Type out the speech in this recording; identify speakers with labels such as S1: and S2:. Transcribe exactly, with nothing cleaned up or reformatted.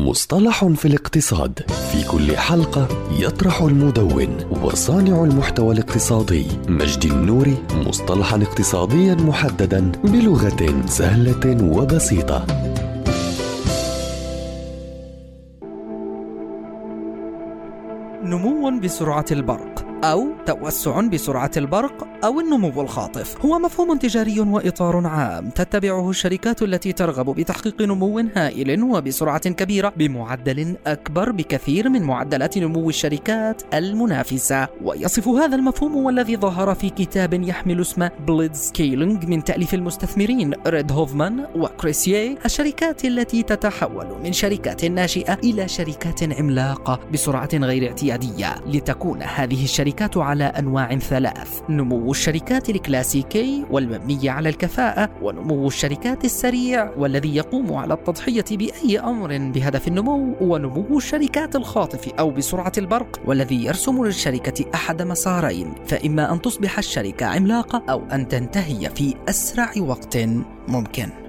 S1: مصطلح في الاقتصاد. في كل حلقة يطرح المدون وصانع المحتوى الاقتصادي مجدي النوري مصطلحا اقتصاديا محددا بلغة سهلة وبسيطة.
S2: نمو بسرعة البرق أو توسع بسرعة البرق أو النمو الخاطف هو مفهوم تجاري وإطار عام تتبعه الشركات التي ترغب بتحقيق نمو هائل وبسرعة كبيرة بمعدل أكبر بكثير من معدلات نمو الشركات المنافسة. ويصف هذا المفهوم والذي ظهر في كتاب يحمل اسم بليتز سكيلينج من تأليف المستثمرين ريد هوفمان وكريسيه الشركات التي تتحول من شركات ناشئة إلى شركات عملاقة بسرعة غير اعتيادية، لتكون هذه الشركات على أنواع ثلاث: نمو الشركات الكلاسيكي والمبني على الكفاءة، ونمو الشركات السريع والذي يقوم على التضحية بأي أمر بهدف النمو، ونمو الشركات الخاطف أو بسرعة البرق والذي يرسم للشركة أحد مسارين، فإما أن تصبح الشركة عملاقة أو أن تنتهي في أسرع وقت ممكن.